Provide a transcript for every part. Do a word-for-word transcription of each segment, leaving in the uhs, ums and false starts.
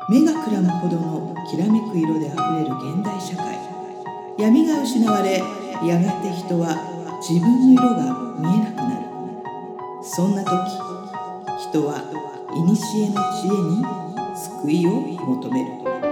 目がくらむほどのきらめく色であふれる現代社会。闇が失われ、やがて人は自分の色が見えなくなる。そんな時、人は古の知恵に救いを求める。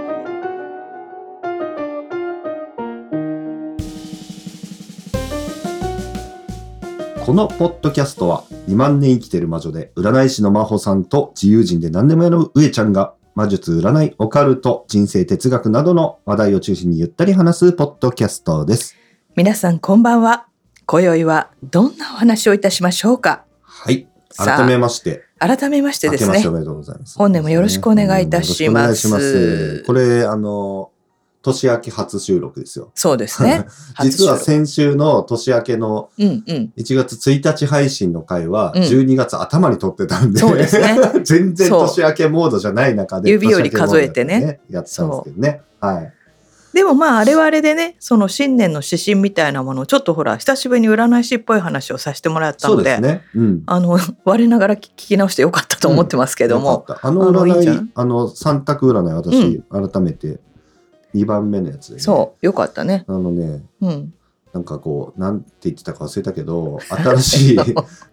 このポッドキャストはにまんねん生きてる魔女で占い師の真帆さんと自由人で何でもやる上ちゃんが魔術、占い、オカルト、人生哲学などの話題を中心にゆったり話すポッドキャストです。 皆さんこんばんは。今宵はどんなお話をいたしましょうか。 はい、改めまして改めましてですね、 明けましておめでとうございます。 本年もよろしくお願いいたします。 よろしくお願いします。これあの年明け初収録ですよ。 そうですね。 実は先週の年明けのいちがつついたち配信の回はじゅうにがつ頭に撮ってたんで、うん、そうですね。全然年明けモードじゃない中で、 指より数えてね、 やってたんですけどね。はい。 でもまああれはあれでね、その新年の指針みたいなものをちょっとほら久しぶりに占い師っぽい話をさせてもらったので、そうですね、うん、あの我ながら聞き直してよかったと思ってますけども、 うん、あの占い、あの、あのさん択占い私、うん、改めてにばんめのやつで、ね、 そうよかったね。 あのね、うん、なんかこうなんて言ってたか忘れたけど、新しい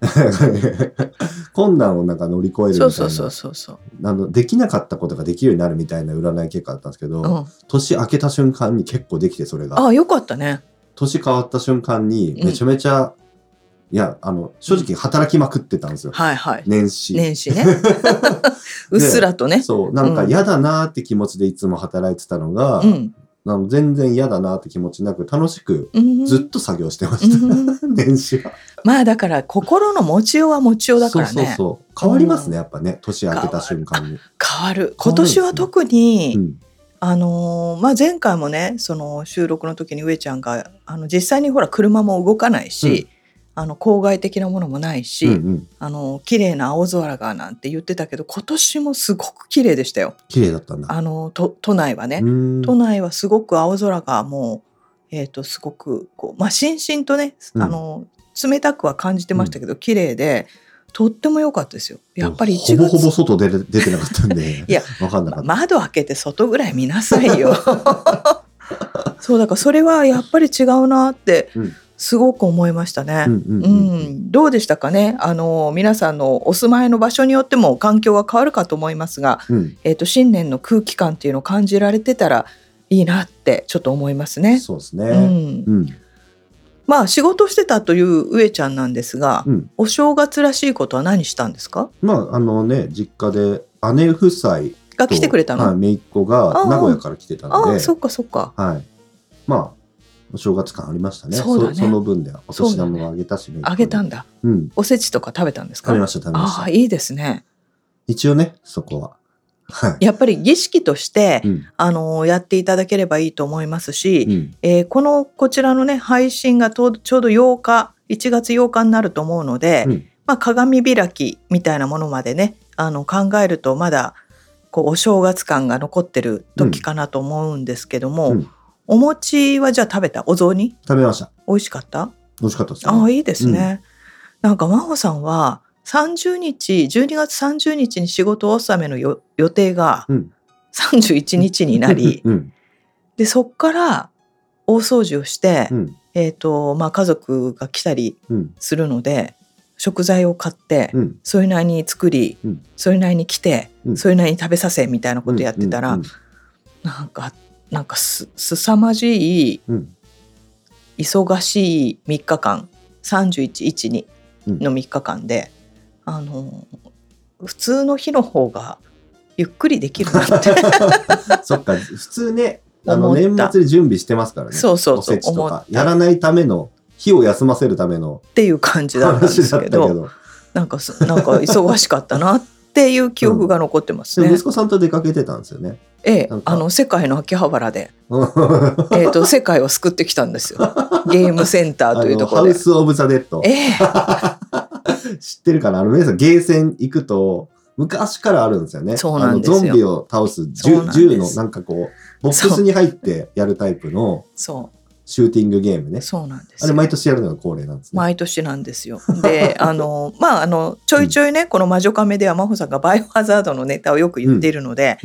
困難をなんか乗り越えるみたいな、そうそうそうそう、あのできなかったことができるようになるみたいな占い結果だったんですけど、うん、年明けた瞬間に結構できて、それがああよかったね。 年変わった瞬間にめちゃめちゃ、うん、いやあの正直働きまくってたんですよ、うん、はいはい、年始年始ねうっすらとね、 そうなんか嫌だなって気持ちでいつも働いてたのが、うん、あの全然嫌だなって気持ちなく楽しくずっと作業してました、うん、年始は。 まあだから心の持ちようは持ちようだからね。 そうそうそう変わりますね、やっぱね、年明けた瞬間に変わる。今年は特に、うん、あのーまあ、前回もねその収録の時に上ちゃんがあの実際にほら車も動かないし、うんあの郊外的なものもないし、うんうん、あの綺麗な青空がなんて言ってたけど、今年もすごく綺麗でしたよ。 綺麗だったんだ。 あの都都内はね、都内はすごく青空がもう、えー、とすごくこう、まあ、しんしんとね、うん、あの冷たくは感じてましたけど、うん、綺麗でとっても良かったですよ。やっぱりいちがつほぼほぼ外出て、出てなかったんでいや分かんなかった。 窓開けて外ぐらい見なさいよそうだからそれはやっぱり違うなって、うんすごく思いましたね。どうでしたかね。あの皆さんのお住まいの場所によっても環境は変わるかと思いますが、うん、えーと、新年の空気感っていうのを感じられてたらいいなってちょっと思いますね。 そうですね、うんうん、 まあ仕事してたという上ちゃんなんですが、うん、お正月らしいことは何したんですか。 まああのね実家で姉夫妻が来てくれたの、 はい、姪っ子が名古屋から来てたので、 ああそっかそっか、 はい、まあお正月感ありましたね。そうだね。 そ, その分ではお年玉もあげたし、ね、 あげたんだ、うん、おせちとか食べたんですか。 食べました食べました。 あいいですね。 一応ねそこは、 はい、やっぱり儀式として、うん、あのやっていただければいいと思いますし、うんえー、このこちらのね配信がとちょうどようかいちがつようかになると思うので、うんまあ、鏡開きみたいなものまでねあの考えるとまだこうお正月感が残ってる時かなと思うんですけども、うんうんお餅はじゃあ食べた。お雑煮食べました。 美味しかった。 美味しかったですね。 ああいいですね、うん、なんか真帆さんはさんじゅうにちじゅうにがつさんじゅうにちに仕事納めのよ予定がさんじゅういちにちになり、うん、でそっから大掃除をして、うんえーとまあ、家族が来たりするので、うん、食材を買って、うん、それなりに作り、うん、それなりに来て、うん、それなりに食べさせみたいなことやってたら、うんうんうん、なんかなんかす凄まじい、うん、忙しいみっかかんさんじゅういち、いち、にのみっかかんで、うん、あの普通の日の方がゆっくりできるなってそっか普通ねあの年末で準備してますからね。 そうそうそうおせちとかやらないための日を休ませるためのっていう感じだったんですけど、けどなんかなんか忙しかったなっていう記憶が残ってますね、 うん、息子さんと出かけてたんですよね。 ええ、あの世界の秋葉原でえと世界を救ってきたんですよゲームセンターというところでハウスオブザデッド、ええ、知ってるかな。あの皆さんゲーセン行くと昔からあるんですよね。 そうなんですよ。 あのゾンビを倒す銃のなんかこうボックスに入ってやるタイプのそうシューティングゲームね。 そうなんですよ。 あれ毎年やるのが恒例なんですね。 毎年なんですよ。であのまああのちょいちょいね、うん、この魔女カメでは真帆さんがバイオハザードのネタをよく言っているので、うんうん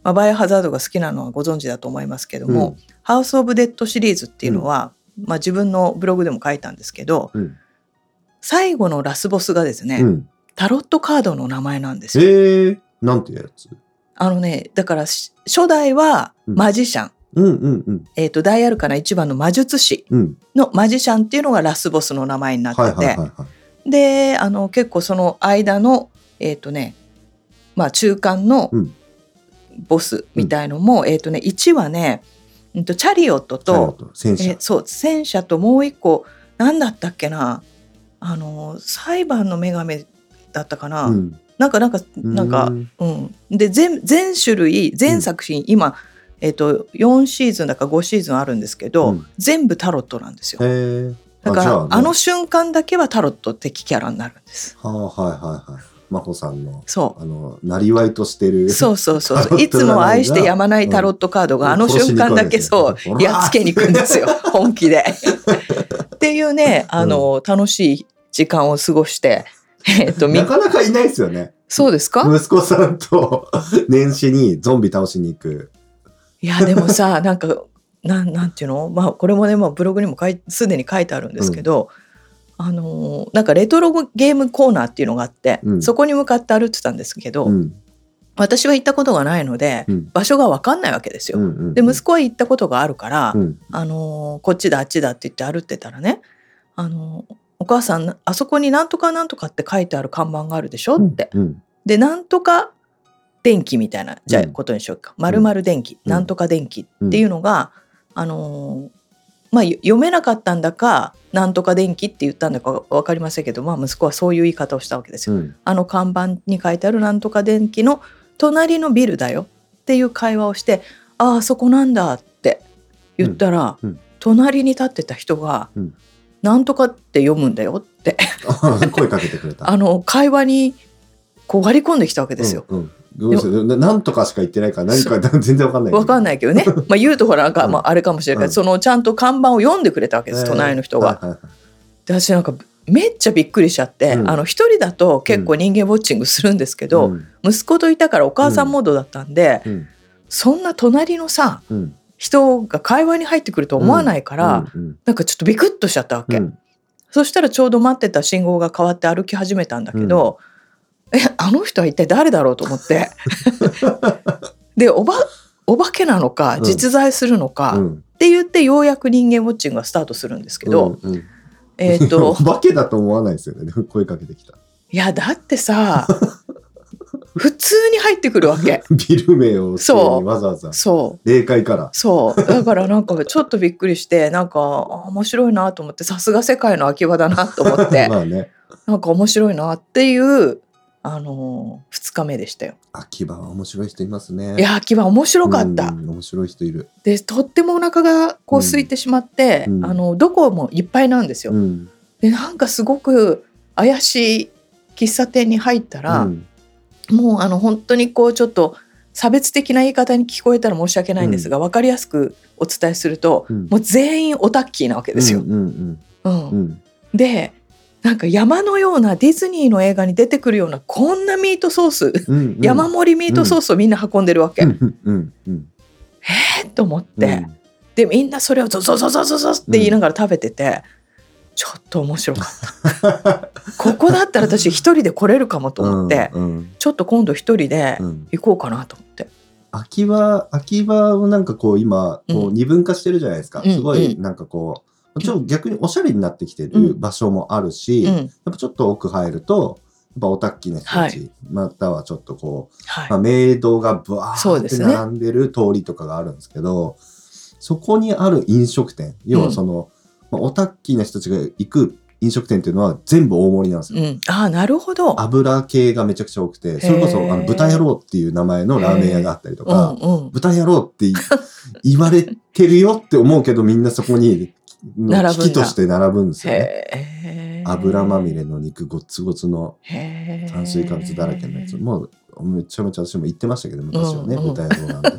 まあ、バイオハザードが好きなのはご存知だと思いますけども、うん、ハウス・オブ・デッドシリーズっていうのは、うんまあ、自分のブログでも書いたんですけど、うん、最後のラスボスがですね、うん、タロットカードの名前なんですよ。 へー、なんていうやつ？ あのね、だから初代はマジシャン、うんうんうんえー、と大アルカナいちばんの魔術師のマジシャンっていうのがラスボスの名前になってて、であの結構その間の、えーとねまあ、中間のボスみたいのも、うんえーとね、いちはねチャリオットと戦車、 えー、そう戦車ともう一個何だったっけな、あの裁判の女神だったかな、うん、なんかなんかなんか、うん、で 全, 全種類全作品、うん、今、えー、とよんシーズンだかごシーズンあるんですけど、うん、全部タロットなんですよ。 へだから あ,、ね、あの瞬間だけはタロット的キャラになるんです。 はあ、はいはいはい。真帆さんのそうあのなりわいとしてるそうそうそういつも愛してやまないタロットカードが、うん、あの瞬間だけそうやっつけに行くんですよ本気でっていうねあの、うん、楽しい時間を過ごして、えー、となかなかいないですよね。 そうですか？ 息子さんと年始にゾンビ倒しに行く。 いやでもさなんかな ん, なんていうの、まあ、これもね、まあ、ブログにもすでに書いてあるんですけど、うん、あのなんかレトロゲームコーナーっていうのがあって、うん、そこに向かって歩いてたんですけど、うん、私は行ったことがないので、うん、場所が分かんないわけですよ、うんうんうん、で息子は行ったことがあるから、うん、あのこっちだあっちだって言って歩ってたらね、あのお母さんあそこになんとかなんとかって書いてある看板があるでしょって、うんうん、でなんとか電気みたいなじゃあことにしようか、まるまる電気、うん、なんとか電気っていうのが、あのまあ、読めなかったんだかなんとか電気って言ったんだか分かりませんけど、まあ、息子はそういう言い方をしたわけですよ、うん、あの看板に書いてあるなんとか電気の隣のビルだよっていう会話をして、ああそこなんだって言ったら、うんうん、隣に立ってた人が、うん、なんとかって読むんだよって声かけてくれたあの会話にこう割り込んできたわけですよ、うんうんどうするななんとかしか言ってないから何か全然わかんないけどわかんないけどね、まあ、言うとほらなんか、まあ、あれかもしれないけど、うん、そのちゃんと看板を読んでくれたわけです、えー、隣の人が、はいはいはい、で私なんかめっちゃびっくりしちゃって、うん、あの一人だと結構人間ウォッチングするんですけど、うん、息子といたからお母さんモードだったんで、うん、そんな隣のさ、うん、人が会話に入ってくると思わないから、うんうん、なんかちょっとビクッとしちゃったわけ、うん、そしたらちょうど待ってた信号が変わって歩き始めたんだけど、うんえあの人は一体誰だろうと思ってで お, ばお化けなのか実在するのか、うん、って言ってようやく人間ウォッチングがスタートするんですけど、うんうん、えー、とお化けだと思わないですよね声かけてきた。 いやだってさ普通に入ってくるわけビル名をそうわざわざそう霊界からそうだからなんかちょっとびっくりしてなんか面白いなと思ってさすが世界の秋葉だなと思ってまあ、ね、なんか面白いなっていうあのー、ふつかめでしたよ。 秋葉は面白い人いますね。 いや秋葉面白かった、 うん、面白い人いる。 でとってもお腹がこう空いてしまって、うん、あのどこもいっぱいなんですよ、うん、でなんかすごく怪しい喫茶店に入ったら、うん、もうあの本当にこうちょっと差別的な言い方に聞こえたら申し訳ないんですが、うん、分かりやすくお伝えすると、うん、もう全員オタッキーなわけですよ、うんうんうんうん、でなんか山のようなディズニーの映画に出てくるようなこんなミートソース、うんうん、山盛りミートソースをみんな運んでるわけ、うんうんうん、えーと思って、うん、でみんなそれをゾゾゾゾゾゾって言いながら食べてて、うん、ちょっと面白かったここだったら私一人で来れるかもと思って、うんうん、ちょっと今度一人で行こうかなと思って、うん、 秋葉秋葉をなんかこう今こう二分化してるじゃないですか、うん、すごいなんかこうちょっと逆におしゃれになってきてる場所もあるし、うん、やっぱちょっと奥入るとやっぱオタッキーな人たち、はい、またはちょっとこう、はいまあ、メイドがブワーって並んでる通りとかがあるんですけど、 そ, ね、そこにある飲食店要はその、うんまあ、オタッキーな人たちが行く飲食店っていうのは全部大盛りなんですよ、うん、 あなるほど。 油系がめちゃくちゃ多くてそれこそあの豚野郎っていう名前のラーメン屋があったりとか、うんうん、豚野郎って言われてるよって思うけどみんなそこにの危機として並ぶんですよね。油まみれの肉ごつごつの炭水化物だらけのやつもうめちゃめちゃ私も言ってましたけど昔はね、うんうん、豚野郎なんで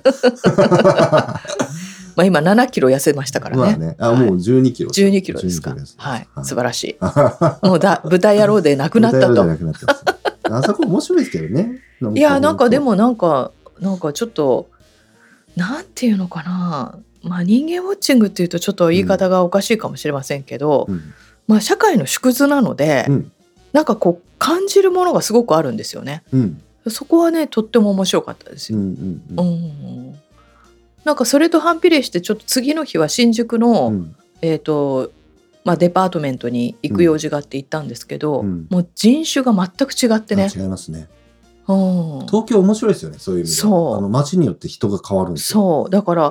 まあ今ななキロ痩せましたからね。まあね、 あ、はい、もうじゅうにキロ。 じゅうにキロですか。はい、はい、素晴らしい。もうだ豚野郎でなくなったと。 豚野郎でなくなってます。あそこ面白いですけどね。 いやなんかでもなんかなんかちょっとなんていうのかな、まあ人間ウォッチングっていうとちょっと言い方がおかしいかもしれませんけど、うん、まあ社会の縮図なので、うん、なんかこう感じるものがすごくあるんですよね、うん、そこはねとっても面白かったですよ、うんうんうんうん、なんかそれと反比例してちょっと次の日は新宿の、うん、えーとまあ、デパートメントに行く用事があって行ったんですけど、うん、もう人種が全く違ってね。 違いますね。東京面白いですよね、そういう意味では。そう、あの街によって人が変わるんですよ。 そうだから、うん、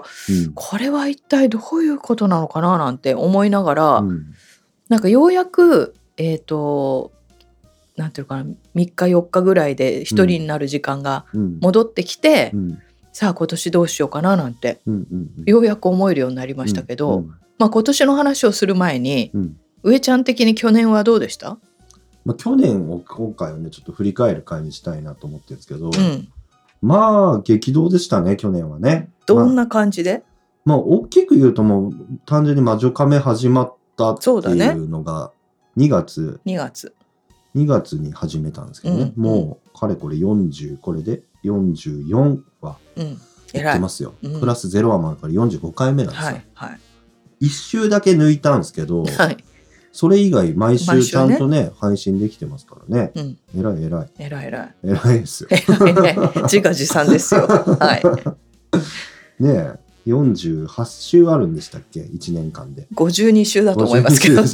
これは一体どういうことなのかななんて思いながら、うん、なんかようやくえっとなんていうかな、みっかよっかぐらいで一人になる時間が戻ってきて、うんうん、さあ今年どうしようかななんて、うんうんうん、ようやく思えるようになりましたけど、うんうん、まあ、今年の話をする前に、うん、上ちゃん的に去年はどうでした？ まあ、去年を今回はねちょっと振り返る回にしたいなと思ってるんですけど、うん、まあ激動でしたね去年はね。 どんな感じで？ まあ、まあ、大きく言うともう単純に魔女カメ始まったっていうのがにがつ、 にがつにがつに始めたんですけどね、うん、もうかれこれよんじゅうこれでよんじゅうよんはやってますよ、うん、プラスゼロはもあるからよんじゅうごかいめなんですよ、はいはい、いっ週だけ抜いたんですけど、はい、それ以外毎週ちゃんと ね, ね配信できてますからね、うん、えらいえらいえらいえらいえらいですよね、自画自賛ですよはいねえよんじゅうはち週あるんでしたっけいちねんかんで。 ごじゅうに週だと思いますけどね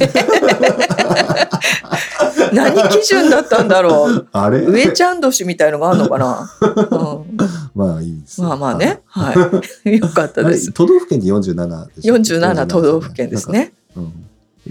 何基準だったんだろう。あれ上ちゃん年みたいのがあるのかな、うん、 まあいいです、 まあまあね、はい、よかったです。 都道府県でよんじゅうななでしょ。 よんじゅうなな都道府県ですね、うん、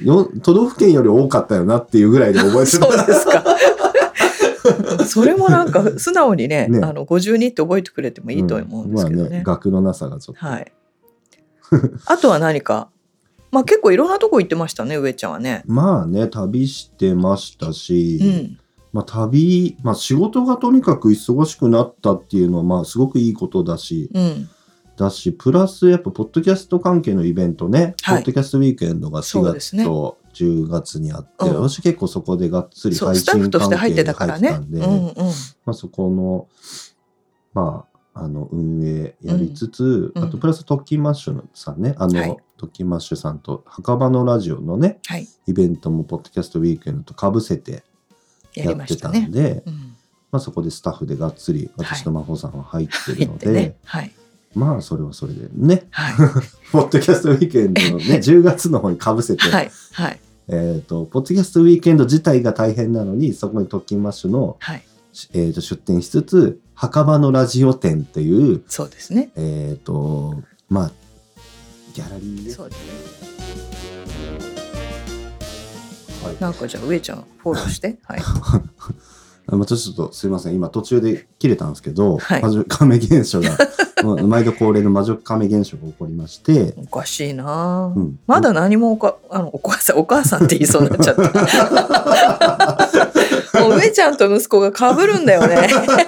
よ都道府県より多かったよなっていうぐらいで覚えてるそうですかそれもなんか素直に ね, ねあのごじゅうにって覚えてくれてもいいと思うんですけどね、うんまあ、ね学のなさがちょっと、 はい、あとは何かまあ結構いろんなとこ行ってましたね上ちゃんはね。 まあね旅してましたし、うんまあ、旅、まあ、仕事がとにかく忙しくなったっていうのはまあすごくいいことだし、うん、だしプラスやっぱポッドキャスト関係のイベントね、はい、ポッドキャストウィークエンドがしがつとじゅうがつにあって、うん、私結構そこでがっつり配信関係で入ってたんで、うんうんまあ、そこのまああの運営やりつつ、うん、あとプラストッキンマッシュさんねあの、はい、トッキンマッシュさんと墓場のラジオのね、はい、イベントもポッドキャストウィークエンドとかぶせてやってたんで、ねうんまあ、そこでスタッフでがっつり私と真帆さんは入ってるので、はいねはい、まあそれはそれでね、はい、ポッドキャストウィークエンドのねじゅうがつの方にかぶせて、はいはいえーと、ポッドキャストウィークエンド自体が大変なのにそこにトッキンマッシュの、はいえー、と出展しつつ墓場のラジオ展っていうそうですねえっ、ー、とまあギャラリーでそうですね、 はい、なんかじゃあ上ちゃんフォローしてはいまあちょっとすいません今途中で切れたんですけど、はい、魔女亀現象が毎度恒例の魔女亀現象が起こりましておかしいな、うん、まだ何もおかあのお母さんお母さんって言いそうになっちゃったもう上ちゃんと息子が被るんだよね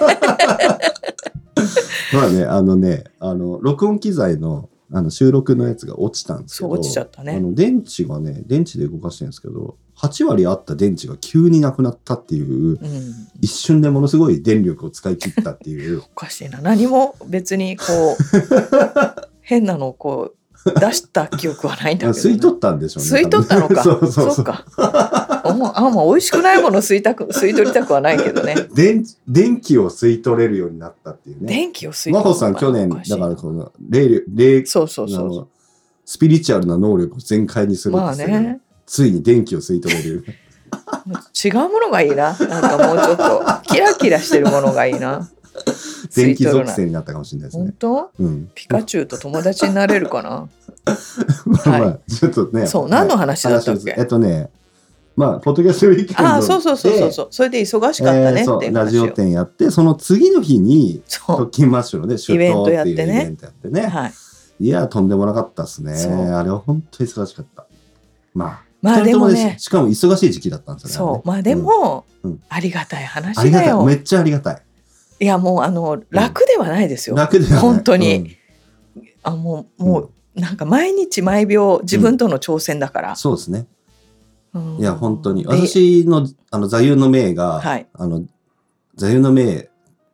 まあねあのねあの録音機材のあの収録のやつが落ちたんですけどそう落ちちゃったね。 あの電池がね電池で動かしてるんですけどはち割あった電池が急になくなったっていう、うん、一瞬でものすごい電力を使い切ったっていうおかしいな何も別にこう変なのをこう出した記憶はないんだけど、ね、 吸い取ったんでしょうね吸い取ったのかそうそうそうそうかあもうあもう美味しくないもの吸いたく吸い取りたくはないけどね電電気を吸い取れるようになったっていうね電気を吸い取る真帆さん去年だからこの霊霊そうそうそうスピリチュアルな能力を全開にするんですよ、まあね、ついに電気を吸い取れる違うものがいいななんかもうちょっとキラキラしてるものがいいな電気属性になったかもしれないですね。 本当、うん、ピカチュウと友達になれるかなまあまあ、はい、ちょっとねそう何の話だったっけ、 えっとねまあポッドキャストウィークエンドであそうそうそうそうそうそれで忙しかったねっていう話を、 えー、ラジオ展やってその次の日にトッキンマッシュのね出頭っていうイベントやってね、はい、いやとんでもなかったですねあれは本当に忙しかったまあまあでもねしかも忙しい時期だったんですよねそう、ね、まあでも、うんうん、ありがたい話だよありがたいめっちゃありがたいいやもうあの楽ではないですよ、 うん、楽ではない本当に、うん、あもうもう、うん、なんか毎日毎秒自分との挑戦だから、うん、 そうですね、うん、いや本当に私のあの座右の銘が、はい、あの座右の銘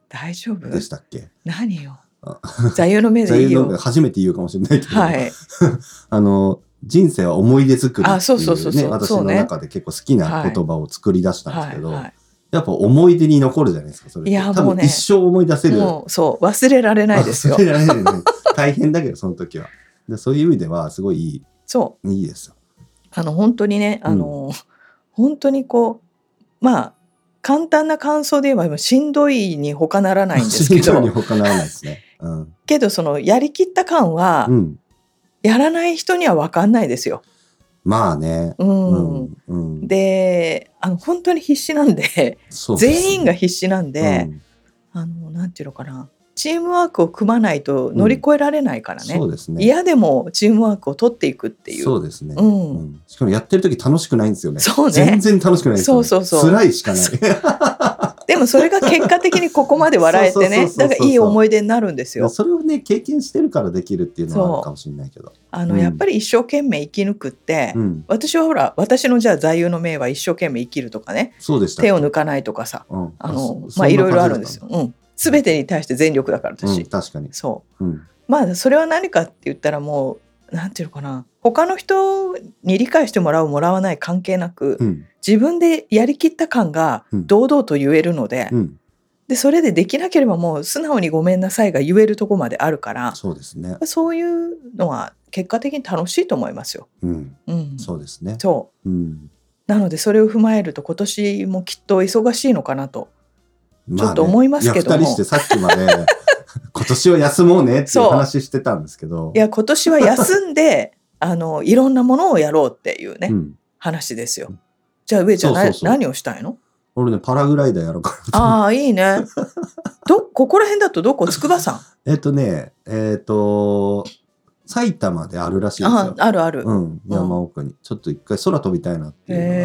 大丈夫でしたっけ？ 何よ。座右の銘でいいよ。座右の銘初めて言うかもしれないけど。 はい。 あの、人生は思い出作りっていうね、 そうそうそうそう、 私の中で結構好きな言葉を作り出したんですけど、はいはいはい、やっぱ思い出に残るじゃないですか、それって。いや、多分一生思い出せる。 もうそう、忘れられないですよ。 忘れられない、ね。大変だけど、その時は。でそういう意味では、すごいいい。 そう。 いいですよ。 あの、本当にね、あの、うん、本当にこう、まあ、簡単な感想で言えば、しんどいに他ならないんですけど。 しんどいに他ならないですね。うん、 けど、その、やりきった感は、うん、やらない人には分かんないですよ。 まあね。 うんうん、で、あの本当に必死なんで、でね、全員が必死なんで、うん、あのなんていうのかな、チームワークを組まないと乗り越えられないからね。うん、そうですね。嫌でもチームワークを取っていくっていう。 そうですね。うんうん、しかもやってる時楽しくないんですよね。 そうね。 全然楽しくないですよね。そうそうそう。辛いしかない。 でもそれが結果的にここまで笑えてね、だからいい思い出になるんですよ。 それをね、経験してるからできるっていうのはあるかもしれないけど。 あの、うん、やっぱり一生懸命生き抜くって、うん、私はほら、私のじゃあ座右の銘は一生懸命生きるとかね、 そうでした。 手を抜かないとかさ、うん、あの、まあいろいろあるんですよ。うん。すべてに対して全力だから私。 うん、確かに。 そう。うん、まあそれは何かって言ったらもう、なんていうのかな、他の人に理解してもらうもらわない関係なく、うん、自分でやりきった感が堂々と言えるので、うん、でそれでできなければもう素直にごめんなさいが言えるとこまであるから、 そうですね。 そういうのは結果的に楽しいと思いますよ。 うんうん、そうですね。 そう、うん、なのでそれを踏まえると今年もきっと忙しいのかなと、ちょっと思いますけども。 まあね、いやふたりしてさっきまで今年は休もうねっていう話してたんですけど、 いや今年は休んであのいろんなものをやろうっていうね、うん、話ですよ。じゃあ上ちゃんそうそうそう何をしたいの？ 俺ね、パラグライダーやろうかな。ああ、いいね。ど、ここら辺だとどこ？筑波山？ えっとね、えっと、埼玉であるらしいんですよ。 あ、あるある。 うん、山奥に。うん、ちょっと一回空飛びたいなっていうのがあって。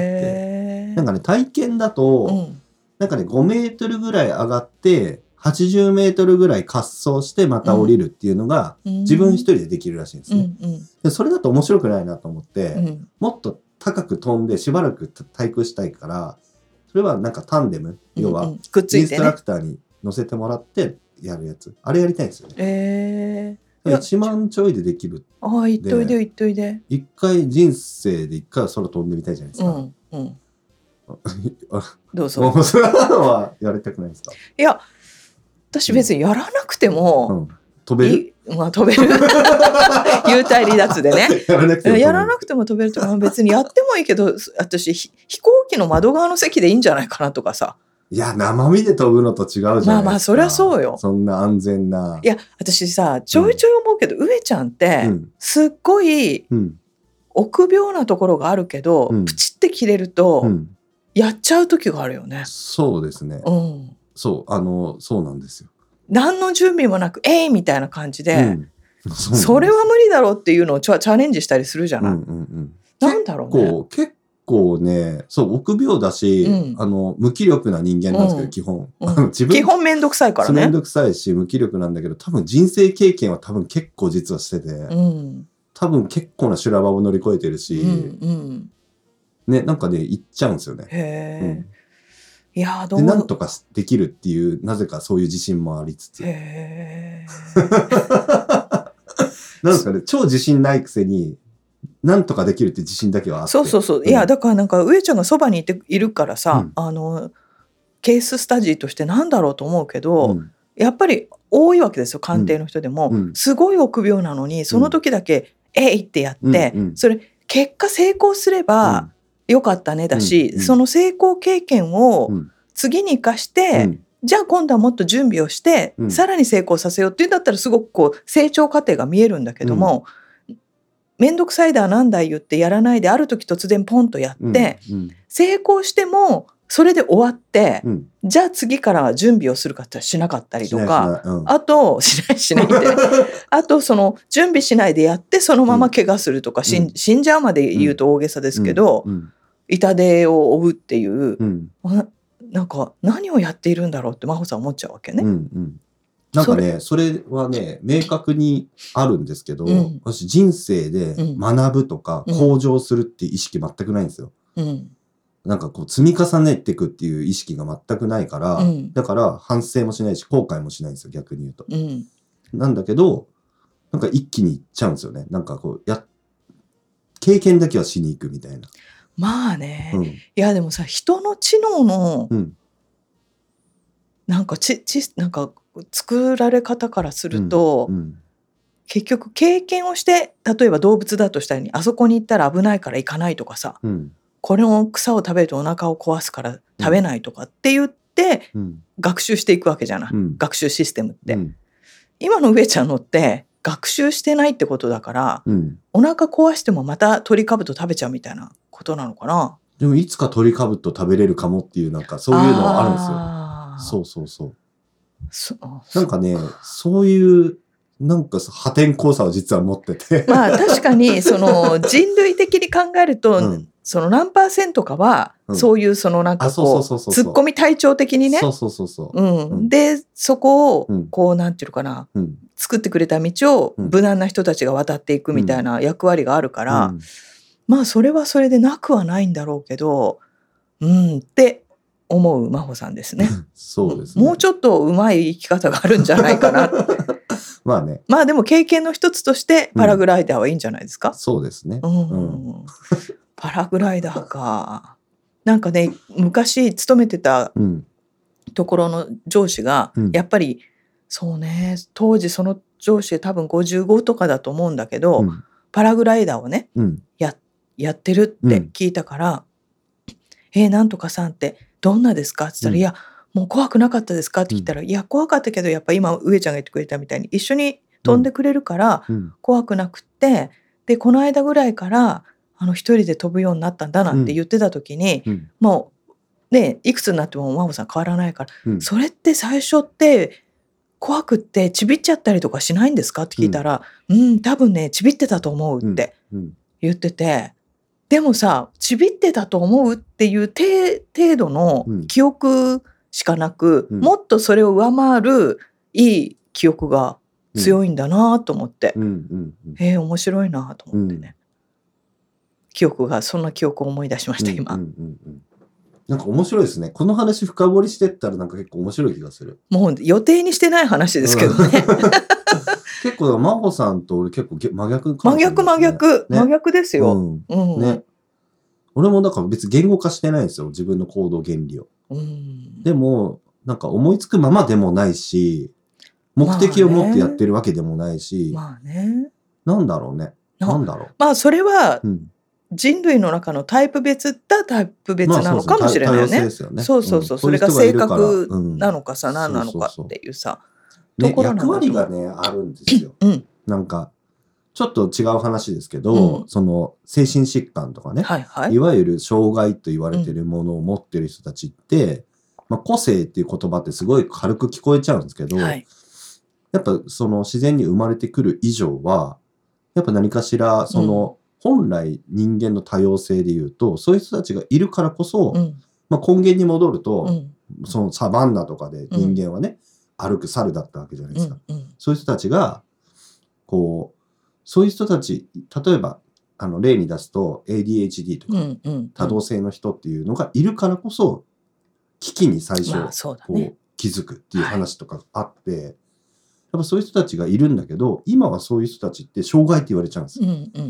なんかね、体験だと、うん、なんかね、ごメートルぐらい上がって、はちじゅうメートルぐらい滑走してまた降りるっていうのが、うん、自分一人でできるらしいんですね。うんうん、でそれだと面白くないなと思って、うん、もっと高く飛んでしばらく滞空したいから、それはなんかタンデム、要はインストラクターに乗せてもらってやるやつ、あれやりたいんですよね。えー、いちまんちょいでできる。 ああ、行っといで行っといで。 一回人生で一回は空飛んでみたいじゃないですか。うんうん、 どうぞ。 もうそれはやりたくないですか？ いや、私別にやらなくても、うんうん、 飛べる。 まあ飛べる。幽体離脱でね。やらなくてもやらなくても飛べるとか、別にやってもいいけど、私飛行機の窓側の席でいいんじゃないかなとかさ。 いや、生身で飛ぶのと違うじゃないですか。まあまあ、 そりゃそうよ。 そんな安全な。 いや、私さ、ちょいちょい思うけど、うん、上ちゃんって、すっごい、臆病なところがあるけど、うん、プチって切れると、うん、やっちゃう時があるよね。 そうですね。うん。そう、あの、そうなんですよ。 何の準備もなく、えーみたいな感じで、うん、そ, それは無理だろうっていうのをチャ, チャレンジしたりするじゃない。うんうんうん、なんだろうね。 結構、結構ね、そう、臆病だし、うん、あの、無気力な人間なんですけど、うん、基本。 うん、自分基本めんどくさいからね。 めんどくさいし、無気力なんだけど、多分人生経験は多分結構実はしてて、うん、多分結構な修羅場を乗り越えてるし、うんうん、ね、なんかね、行っちゃうんですよね。へー。うんいやどうでなんとかできるっていうなぜかそういう自信もありつつへなんですかね超自信ないくせになんとかできるって自信だけはあってそうそうそう、うん、いやだからなんか上ちゃんがそばにいているからさ、うん、あのケーススタジーとしてなんだろうと思うけど、うん、やっぱり多いわけですよ鑑定の人でも、うん、すごい臆病なのにその時だけ「えい!」ってやって、うんうん、それ結果成功すれば、よかったねだし、うんうん、その成功経験を次に生かして、うん、じゃあ今度はもっと準備をして、うん、さらに成功させようっていうんだったらすごくこう成長過程が見えるんだけども、うん、めんどくさいだなんだ言ってやらないである時突然ポンとやって、うんうん、成功してもそれで終わって、うん、じゃあ次から準備をするかってしなかったりとか、うん、あとしないしないってあとその準備しないでやってそのまま怪我するとか、うん、死ん、死んじゃうまで言うと大げさですけど、うんうん、痛手を負うっていう、うん、なんか何をやっているんだろうって真帆さん思っちゃうわけね。うんうん、 なんかねそれはね明確にあるんですけど、うん、私人生で学ぶとか向上するっていう意識全くないんですよ。うんなんかこう積み重ねていくっていう意識が全くないから、うん、だから反省もしないし後悔もしないんですよ、逆に言うと。うん、なんだけど、なんか一気にいっちゃうんですよね。なんかこう、や、経験だけはしに行くみたいな。 まあね。うん、いやでもさ、人の知能の、うん、なんかち、ち、なんか作られ方からすると、うんうん、結局経験をして、例えば動物だとしたら、あそこに行ったら危ないから行かないとかさ、うん、これの草を食べるとお腹を壊すから食べないとかって言って、うん、学習していくわけじゃない、うん、学習システムって、うん、今の上ちゃんのって学習してないってことだから、うん、お腹壊してもまた鳥かぶと食べちゃうみたいなことなのかな。 でもいつか鳥かぶと食べれるかもっていう、なんかそういうのはあるんですよ。そうそうそう。そなんかね、そういうなんか破天荒さを実は持ってて。 まあ確かにその人類的に考えると、うん、その何パーセントかは、うん、そういうそのなんかこう突っ込み体調的にね。 そうそうそうそう。 うんうん、でそこをこうなんていうのかな、うん、作ってくれた道を無難な人たちが渡っていくみたいな役割があるから、うん、まあそれはそれでなくはないんだろうけど、うんって思う真帆さんですね。 そうですね。 もうちょっとうまい生き方があるんじゃないかなって。 まあね。 まあでも経験の一つとしてパラグライダーはいいんじゃないですか。うん、 そうですね。 うんうん、パラグライダーか。なんかね、昔勤めてたところの上司が、うん、やっぱりそうね、当時その上司多分ごじゅうごとかだと思うんだけど、うん、パラグライダーをね、うん、や、やってるって聞いたから、うん、えー、なんとかさんってどんなですかって言ったら、うん、いやもう怖くなかったですかって聞いたら、うん、いや怖かったけどやっぱ今上ちゃんが言ってくれたみたいに一緒に飛んでくれるから怖くなくって、うん、でこの間ぐらいからあの一人で飛ぶようになったんだなって言ってた時に、うん、もうねいくつになっても真帆さん変わらないから、うん、それって最初って怖くってちびっちゃったりとかしないんですかって聞いたら、うん、うん、多分ねちびってたと思うって言ってて、でもさちびってたと思うっていう程度の記憶しかなく、うん、もっとそれを上回るいい記憶が強いんだなと思って、うんうんうん、えー、面白いなと思ってね、うん、記憶がそんな記憶を思い出しました今、うんうんうんうん、 なんか面白いですね。この話深掘りしてったらなんか結構面白い気がする。 もう予定にしてない話ですけどね、うん、 結構真帆さんと俺結構真逆かもしれないですね。真逆真逆、ね、真逆ですよ、うんうん、ね。俺もなんか別に言語化してないんですよ、自分の行動原理を。うん、でもなんか思いつくままでもないし、目的を持ってやってるわけでもないし、 まあね、 なんだろうね。なんだろう。 まあそれは人類の中のタイプ別だタイプ別なのかもしれないよね。そうそうそう、それが性格なのかさ、何なのかっていうさ、 ね、役割がねあるんですよ。うん、なんか。ちょっと違う話ですけど、うん、その精神疾患とかね、はいはい、いわゆる障害と言われているものを持っている人たちって、うん、まあ、個性っていう言葉ってすごい軽く聞こえちゃうんですけど、はい、やっぱその自然に生まれてくる以上は、やっぱ何かしらその本来人間の多様性で言うと、そういう人たちがいるからこそ、うん、まあ、根源に戻ると、うん、そのサバンナとかで人間はね、うん、歩く猿だったわけじゃないですか。うんうん、そういう人たちが、こう、そういう人たち、例えば、あの、例に出すと エーディーエイチディー とか、うんうんうん、多動性の人っていうのがいるからこそ、危機に最初、まあそうだね、こう気づくっていう話とかあって、はい、やっぱそういう人たちがいるんだけど、今はそういう人たちって障害って言われちゃうんですよ。うんうんうん、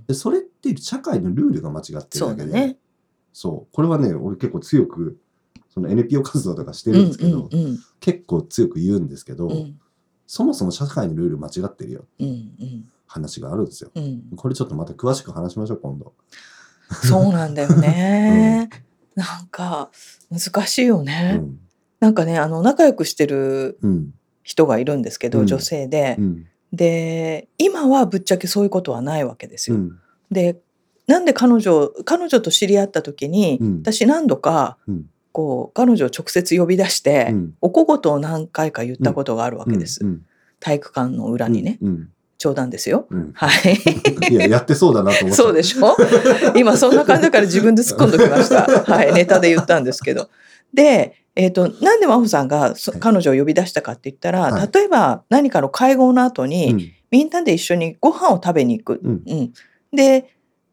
でそれって社会のルールが間違ってるだけで、そうだね、そう、これはね、俺結構強く、その エヌピーオー 活動とかしてるんですけど、うんうんうん、結構強く言うんですけど、うん、そもそも社会のルール間違ってるよ。うんうん話があるんですよ、うん、これちょっとまた詳しく話しましょう今度。 そうなんだよね、うん、なんか難しいよね、うん、なんかねあの仲良くしてる人がいるんですけど、うん、女性で、うん、で今はぶっちゃけそういうことはないわけですよ、うん、でなんで彼女彼女と知り合った時に、うん、私何度か、うん、こう彼女を直接呼び出して、うん、お小言を何回か言ったことがあるわけです、うんうん、体育館の裏にね、うんうん冗談ですよ、うん、はいいややってそうだなと思ってそうでしょ今そんな感じだから自分で突っ込んでおきましたはいネタで言ったんですけどで、えーと、なんで真帆さんが、はい、彼女を呼び出したかって言ったら、はい、例えば何かの会合の後に、うん、みんなで一緒にご飯を食べに行く、うんうん、で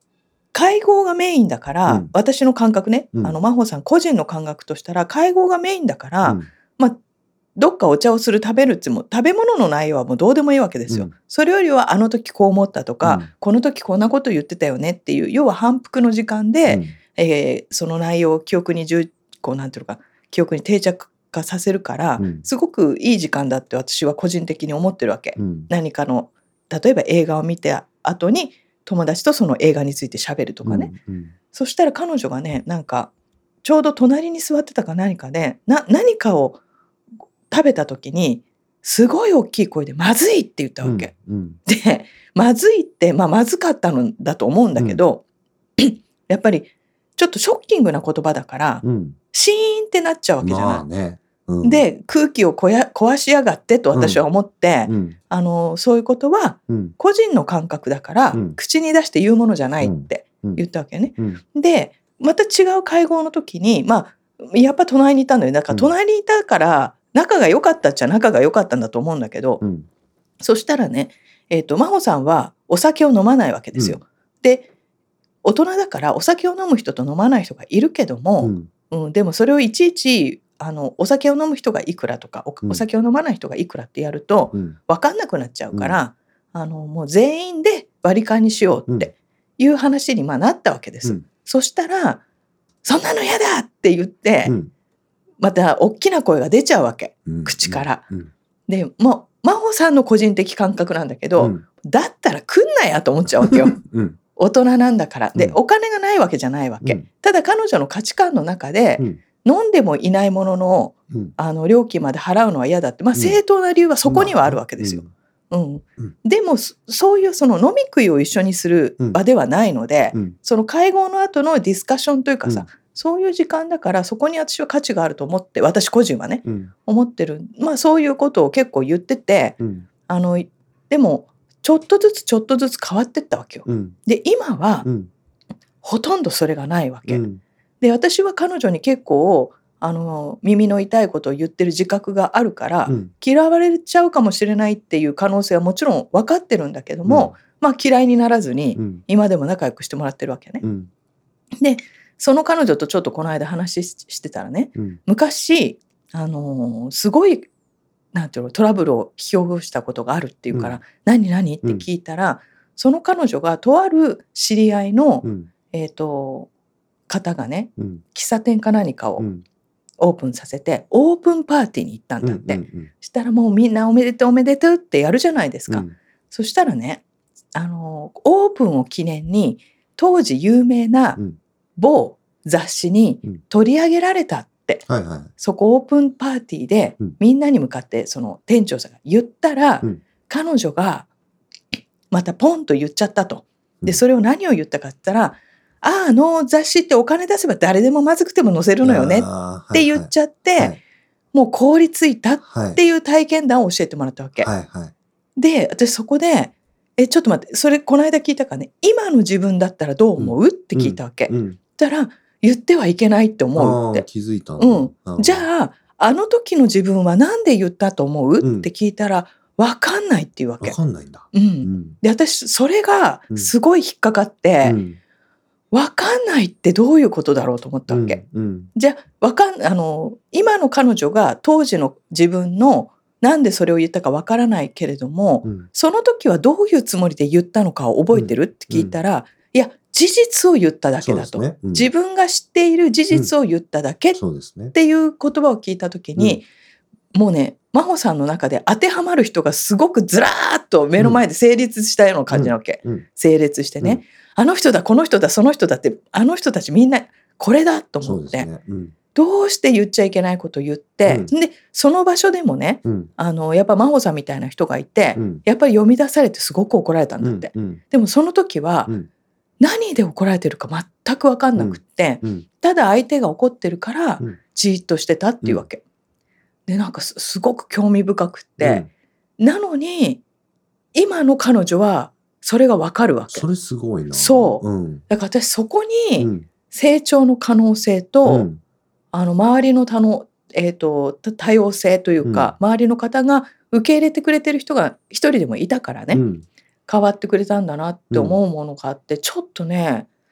介護がメインだから、 うん私の感覚ね、 うんあの真帆さん個人の感覚としたら介護がメインだから、 うんまあどっかお茶をする食べるっても食べ物の内容はもうどうでもいいわけですよ、 うんそれよりはあの時こう思ったとか、 うんこの時こんなこと言ってたよねっていう要は反復の時間で、 うんえーその内容を記憶に重こうなんていうのか記憶に定着化させるから、 うんすごくいい時間だって私は個人的に思ってるわけ、 うん何かの例えば映画を見て後に友達とその映画について喋るとかね、 うんそしたら彼女がねなんかちょうど隣に座ってたか何かでな何かを食べた時にすごい大きい声でまずいって言ったわけ、 うんでまずいって、まあ、まずかったのだと思うんだけど、やっぱりちょっとショッキングな言葉だから、 うんシーンってなっちゃうわけじゃない、 まあね、うん、 で空気をこや壊しやがってと私は思って、 うんあのそういうことはうん個人の感覚だから、 うん口に出して言うものじゃないってうん言ったわけね、 うんでまた違う会合の時にまあやっぱ隣にいたんだよ。なんか隣にいたから仲が良かったっちゃ仲が良かったんだと思うんだけど、 うん、 そしたらね、えーと、真帆さんはお酒を飲まないわけですよ。 うん、 で大人だからお酒を飲む人と飲まない人がいるけども、 うんうん、でもそれをいちいちあのお酒を飲む人がいくらとか お,、 うん、 お酒を飲まない人がいくらってやると、うん、分かんなくなっちゃうから、うん、あのもう全員で割り勘にしようっていう話にまあなったわけです。うん、そしたらそんなの嫌だって言って、うん、また大きな声が出ちゃうわけ、うん、口から。うん、でもう真帆さんの個人的感覚なんだけど、うん、だったら来んなやと思っちゃうわけよ。うん、大人なんだから。で、うん、お金がないわけじゃないわけ。うん、ただ彼女の価値観の中で、うん、飲んでもいないものの、うん、あの料金まで払うのは嫌だって、まあ、正当な理由はそこにはあるわけですよ。うんうん、でもそういうその飲み食いを一緒にする場ではないので、うん、その会合の後のディスカッションというかさ、うん、そういう時間だからそこに私は価値があると思って私個人はね、うん、思ってる、まあ、そういうことを結構言ってて、うん、あのでもちょっとずつちょっとずつ変わってったわけよ。うん、で今は、うん、ほとんどそれがないわけ、うん、で私は彼女に結構あの耳の痛いことを言ってる自覚があるから、うん、嫌われちゃうかもしれないっていう可能性はもちろん分かってるんだけども、うん、まあ嫌いにならずに今でも仲良くしてもらってるわけね、うん、でその彼女とちょっとこの間話 し, してたらね、うん、昔あのー、すごいなんていうのトラブルを引き起こしたことがあるっていうから、うん、何何って聞いたら、うん、その彼女がとある知り合いの、うん、えーと、方がね、うん、喫茶店か何かを、うんオープンさせてオープンパーティーに行ったんだって、うんうんうん、したらもうみんなおめでとうおめでとうってやるじゃないですか、うん、そしたらねあのオープンを記念に当時有名な某雑誌に取り上げられたって、うんはいはい、そこオープンパーティーでみんなに向かってその店長さんが言ったら、うん、彼女がまたポンと言っちゃったと。でそれを何を言ったかって言ったらああの雑誌ってお金出せば誰でもまずくても載せるのよねって言っちゃって、はいはい、もう凍りついたっていう体験談を教えてもらったわけ、はいはい、で私そこでえちょっと待ってそれこの間聞いたからね今の自分だったらどう思う、うん、って聞いたわけ、うんうん、だから言ってはいけないって思うって気づいたの、 うん、じゃああの時の自分はなんで言ったと思う、うん、って聞いたら分かんないっていうわけ分かんないんだ、 うんうん、で私それがすごい引っかかって、うんうん分かんないってどういうことだろうと思ったわけ、うんうん、じゃあわかんあの今の彼女が当時の自分のなんでそれを言ったかわからないけれども、うん、その時はどういうつもりで言ったのかを覚えてるって聞いたら、うん、いや事実を言っただけだと、ねうん、自分が知っている事実を言っただけっていう言葉を聞いた時に、うん、もうね真帆さんの中で当てはまる人がすごくずらーっと目の前で成立したような感じなわけ、うん、整列してね、うんあの人だこの人だその人だってあの人たちみんなこれだと思って、ねうん、どうして言っちゃいけないことを言って、うん、でその場所でもね、うん、あのやっぱ真帆さんみたいな人がいて、うん、やっぱり読み出されてすごく怒られたんだって、うんうん、でもその時は、うん、何で怒られてるか全く分かんなくって、うん、ただ相手が怒ってるからじーっとしてたっていうわけ、でなんか す, すごく興味深くって、なのに今の彼女はそれが分かるわけ。 それすごいな。 そう、うん、だから私そこに成長の可能性と、うん、あの周りの多の、えーと、多様性というか、うん、周りの方が受け入れてくれてる人が一人でもいたからね、うん、変わってくれたんだなって思うものがあって、ちょっとね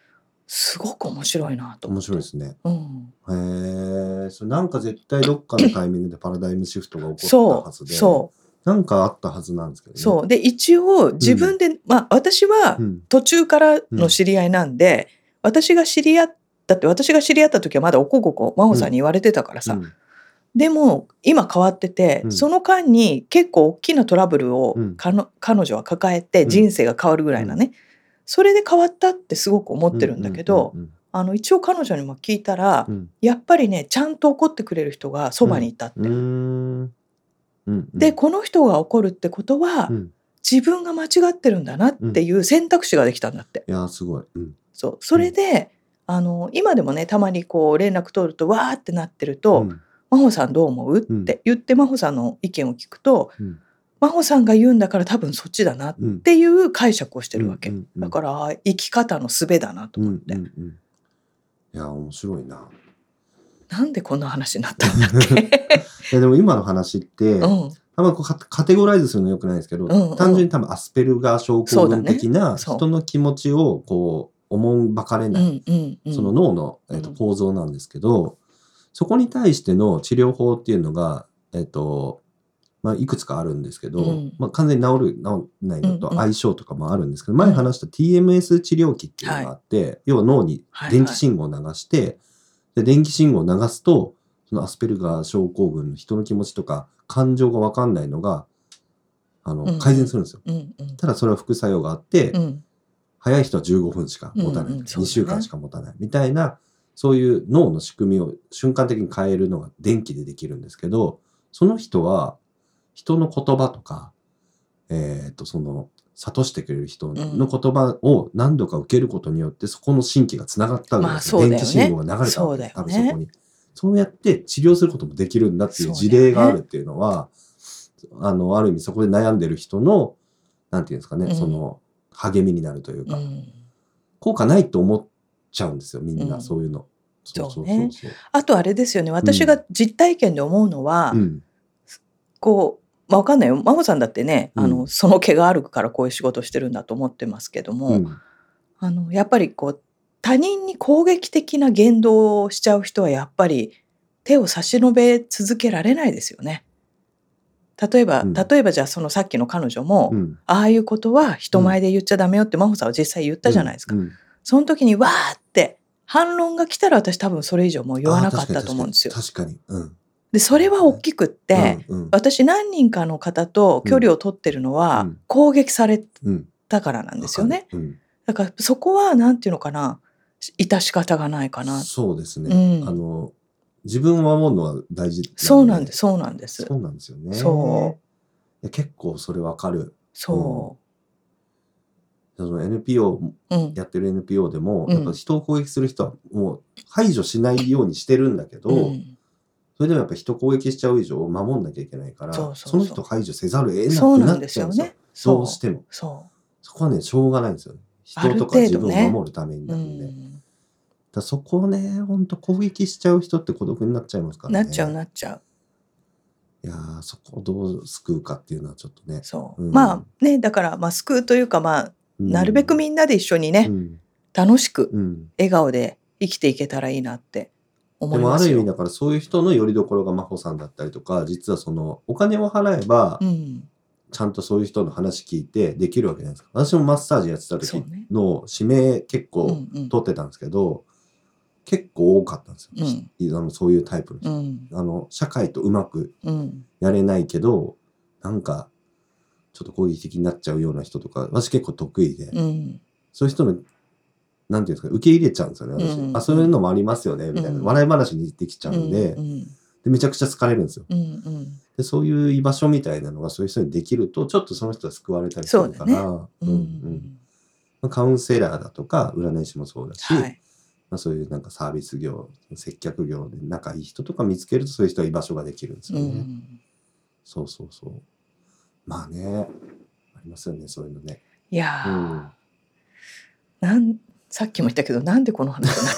すごく面白いなと思面って。 白いですね。 うん、 へえ、それなんか絶対どっかのタイミングでパラダイムシフトが起こったそうはずで、 そうなんかあったはずなんですけどね。 そうで一応自分で、まあ私はうん途中からの知り合いなんで、私が知り合ったって私が知り合った時はまだおこごこ真帆さんに言われてたからさ、 うんでも今変わってて、 うんその間に結構大きなトラブルをうんかの彼女は抱えてうん人生が変わるぐらいなね、それで変わったってすごく思ってるんだけど、 うんうんあの一応彼女にも聞いたら、 うんやっぱりねちゃんと怒ってくれる人がそばにいたって、 うんうんうんでこの人が怒るってことは、 うん自分が間違ってるんだなっていう選択肢ができたんだって。 いやーすごい。うんそうそれで、あの今でもねたまにこう連絡取るとわーってなってると、 うん真帆さんどう思うって言って真帆さんの意見を聞くと、 うん真帆さんが言うんだから多分そっちだなっていう解釈をしてるわけ、 うんうんうんだからあ生き方の術だなと思って、 うんうんうんいやー面白いな。 なんでこんな話になったんだっけいやでも今の話って、 うんあんまこうカカテゴライズするのよくないですけど、 うんうん単純に多分アスペルガー症候群的なそうだねそう人の気持ちをこう思うばかれない、 うんうんうんその脳の、えーとうん構造なんですけど、そこに対しての治療法っていうのが、えーとまあ、いくつかあるんですけど、 うんまあ、完全に治る治らないのとうんうん相性とかもあるんですけど、前話した ティーエムエス 治療器っていうのがあって、要は脳に電気信号を流して、で電気信号を流すとそのアスペルガー症候群の人の気持ちとか感情が分かんないのがあの、 うんうん改善するんですよ。 うんうんただそれは副作用があって、 うん早い人はじゅうごふんしか持たない、 うんうんそうだねにしゅうかんしか持たないみたいな、そういう脳の仕組みを瞬間的に変えるのが電気でできるんですけど、その人は人の言葉とか、えっとその諭してくれる人の言葉を何度か受けることによってそこの神経がつながったわけですよ。 まあそうだよね電気信号が流れたわけです、 そうだよね多分そこに。そうやって治療することもできるんだっていう事例があるっていうのは、あのある意味そこで悩んでる人のなんていうんですかね、 うんその励みになるというか、 うん効果ないと思っちゃうんですよみんな、 うんそういうの。そうそうそうねそうそう。 あとあれですよね、私が実体験で思うのは、 うんこう、まあ、わかんないよ真帆さんだってね、 うんあのその毛があるからこういう仕事をしてるんだと思ってますけども、 うんあのやっぱりこう他人に攻撃的な言動をしちゃう人はやっぱり手を差し伸べ続けられないですよね。例えば、 うん例えばじゃあそのさっきの彼女も、 うんああいうことは人前で言っちゃダメよって真帆さんは実際言ったじゃないですか。 うんその時にわーって反論が来たら私多分それ以上もう言わなかったと思うんですよ。 確かに確かに。うんでそれは大きくって、 うんうん私何人かの方と距離を取ってるのは、 うん攻撃されうんたからなんですよね。 うんだからそこはなんていうのかな、致し方がないかな。 そうですね、 うんあの自分を守るのは大事そうなんです、そうなんです。 そうなんですよね。 そういや結構それわかる。 そその エヌピーオー、 う。うん。 やってる エヌピーオー でも、 うんやっぱ人を攻撃する人はもう排除しないようにしてるんだけど、 うんそれでもやっぱ人攻撃しちゃう以上守んなきゃいけないから、 そうそうそうの人排除せざるを得なそうくなっなんですよちゃうんですよ。 ね。そうどうしても。 そそこはね、しょうがないんですよね。 ある人とか自程度ね分を守るためにう。 なうるんで。だかん。 らそこをね、ほんと攻撃しちゃう人って孤独になっちゃいますからね。 なっちゃうなっちゃう。 いやー、そこをどう救うかっていうのはちょっとね。 そう。 うんまあね、だから、まあ、救うというか、まあ、 うんなるべくみんなで一緒にね、 うん楽しく、 うん笑顔で生きていけたらいいなって思でいますよ。 もある意味だからそういう人の拠り所が真帆さんだったりとか、実はそのお金を払えばうん。 ちゃんとそういう人の話聞いてできるわけじゃないですか。私もマッサージやってた時そうねの指名結う構んうん取ってたんですけど、結構多かったんですよ、 うんあのそういうタイプの人、 うんあの社会とうまくうんやれないけどなんかちょっと攻撃的になっちゃうような人とか私結構得意で、 うんそういう人のなんていうんですか受け入れちゃうんですよね私、 うんあそういうのもありますよねみたいな、 うん笑い話にできちゃうんで、 うんでめちゃくちゃ好かれるんですよ。 うんうんでそういう居場所みたいなのがそういう人にできるとちょっとその人は救われたりするから、 うんうんうんまあカウンセラーだとか占い師もそうだし、 はいまあ、そういうなんかサービス業接客業で仲いい人とか見つけるとそういう人は居場所ができるんですよね。 うんそうそうそう。まあねありますよねそういうのね。 いやーうんなんさっきも言ったけどなんでこの話になったんだっけ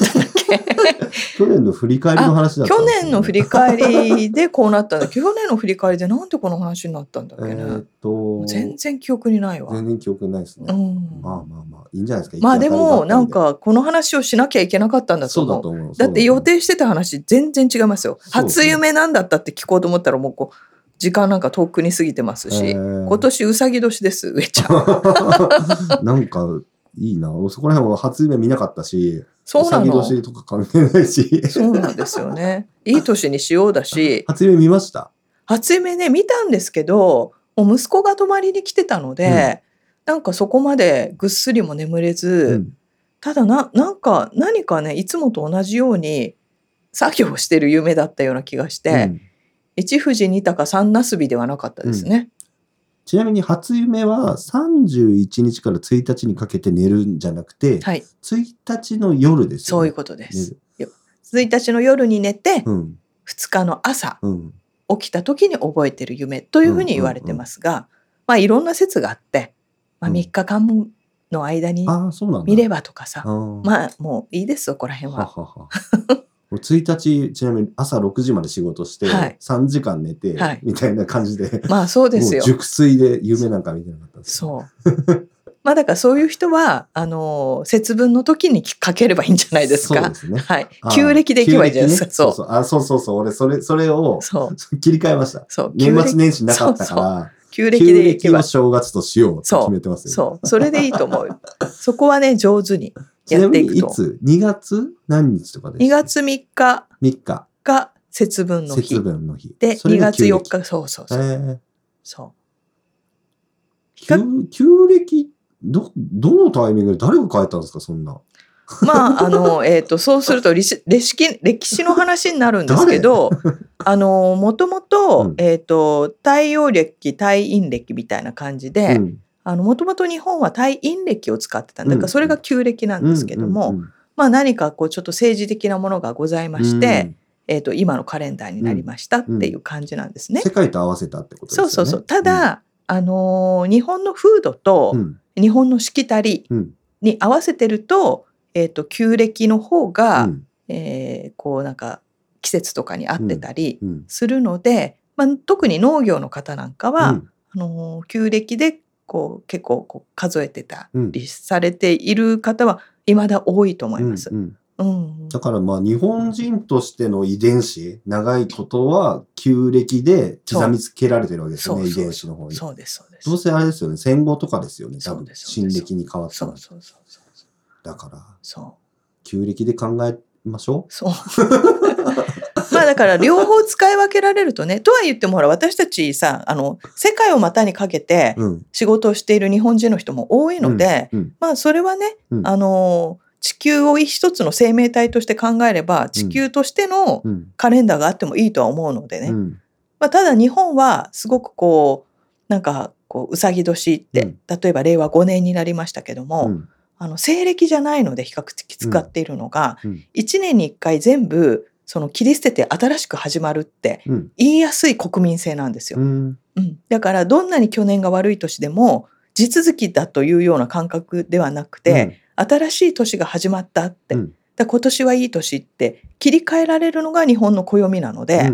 去年の振り返りの話だったん去ですよね。 年の振り返りでこうなったんだ。去年の振り返りでなんでこの話になったんだっけね。 えーっと全然記憶にないわ。 全然記憶ないですね。 うん、 まあまあまあいいんじゃないですか。 まあでもなん行き当たりばったりかこの話をしなきゃいけなかったんだとそう思う。 だと思う。 だって予定してた話全然違いますよ。 そうですね初夢なんだったって聞こうと思ったらもうこう時間なんかとっくに過ぎてますし、 えー今年うさぎ年です上ちゃん。 なんかいいな。そこら辺は初夢見なかったし、 そうなの。 うさぎ年とか関係ないし。 そうなんですよね。いい年にしようだし。 初夢見ました？ 初夢ね見たんですけど、もう息子が泊まりに来てたので、うん、なんかそこまでぐっすりも眠れず、うん、ただななんか何かねいつもと同じように作業をしてる夢だったような気がして、うん、一富士二鷹三なすびではなかったですね。うん、 ちなみに初夢はさんじゅういちにちからついたちにかけて寝るんじゃなくて、はい、ついたちの夜ですよね。 そういうことです。ついたちの夜に寝て、うん、ふつかの朝、うん、起きた時に覚えてる夢というふうに言われてますが、うんうんうん、まあいろんな説があって、まあ、みっかかんの間に見ればとかさ、うん、まあもういいですそこら辺は。はははついたちちなみに朝ろくじまで仕事して、はい、さんじかん寝て、はい、みたいな感じで、 まあそうですよ。 もう熟睡で夢なんか見てなかったです。 そうまあだからそういう人はあの節分の時に書ければいいんじゃないですか。 そうですね。 はい。旧暦でいけばいいじゃないですか。 ね、そうそう。あ、そうそうそう。俺それそれを切り替えました。 そう。 年末年始なかったから。 旧暦でいけば。 旧暦を正月としようと決めてますよ。 そう。そう。それでいいと思う。そこはね上手にやっていくと。 ちなみにいつ？にがつ何日とかですか？ にがつみっか。 みっかが節分の日。 節分の日。 でにがつよっかそうそうそう。えー、そう。 旧旧暦どどのタイミングで誰が変えたんですかそんな。 まああのえっ、ー、とそうすると歴史歴史の話になるんですけど、あのもともとえっ、ー、と太陽暦太陰暦みたいな感じで、うん、あのもともと日本は太陰暦を使ってたんだからそれが旧暦なんですけども、うんうんうん、まあ何かこうちょっと政治的なものがございまして。うんえー、と今のカレンダーになりましたっていう感じなんですね。 うんうん、世界と合わせたってことですよね。 そうそうそう。ただ、うんあのー、日本の風土と日本のしきたりに合わせてると、えー、と旧暦の方が、うんえー、こうなんか季節とかに合ってたりするので、うんうんまあ、特に農業の方なんかは、うんあのー、旧暦でこう結構こう数えてたりされている方は未だ多いと思います。うんうんうん、だからまあ日本人としての遺伝子長いことは旧暦で刻みつけられてるわけですよね。遺伝子の方に。 そうですそうです。 どうせあれですよね戦後とかですよね多分新暦に変わったの。そうそうそうそうだからそう旧暦で考えましょう。 そうまあだから両方使い分けられるとねとは言ってもほら私たちさあの世界を股にかけて仕事をしている日本人の人も多いので、うんうん、まあそれはね、うん、あの地球を一つの生命体として考えれば地球としてのカレンダーがあってもいいとは思うのでね、うんまあ、ただ日本はすごくこうなんかこううさぎ年って、うん、例えばれいわごねんになりましたけども、うん、あの西暦じゃないので比較的使っているのが、うん、いちねんにいっかい全部その切り捨てて新しく始まるって言いやすい国民性なんですよ、うんうん、だからどんなに去年が悪い年でも地続きだというような感覚ではなくて、うん、新しい年が始まったって、うん、だ今年はいい年って切り替えられるのが日本の暦なので、うんうんうん、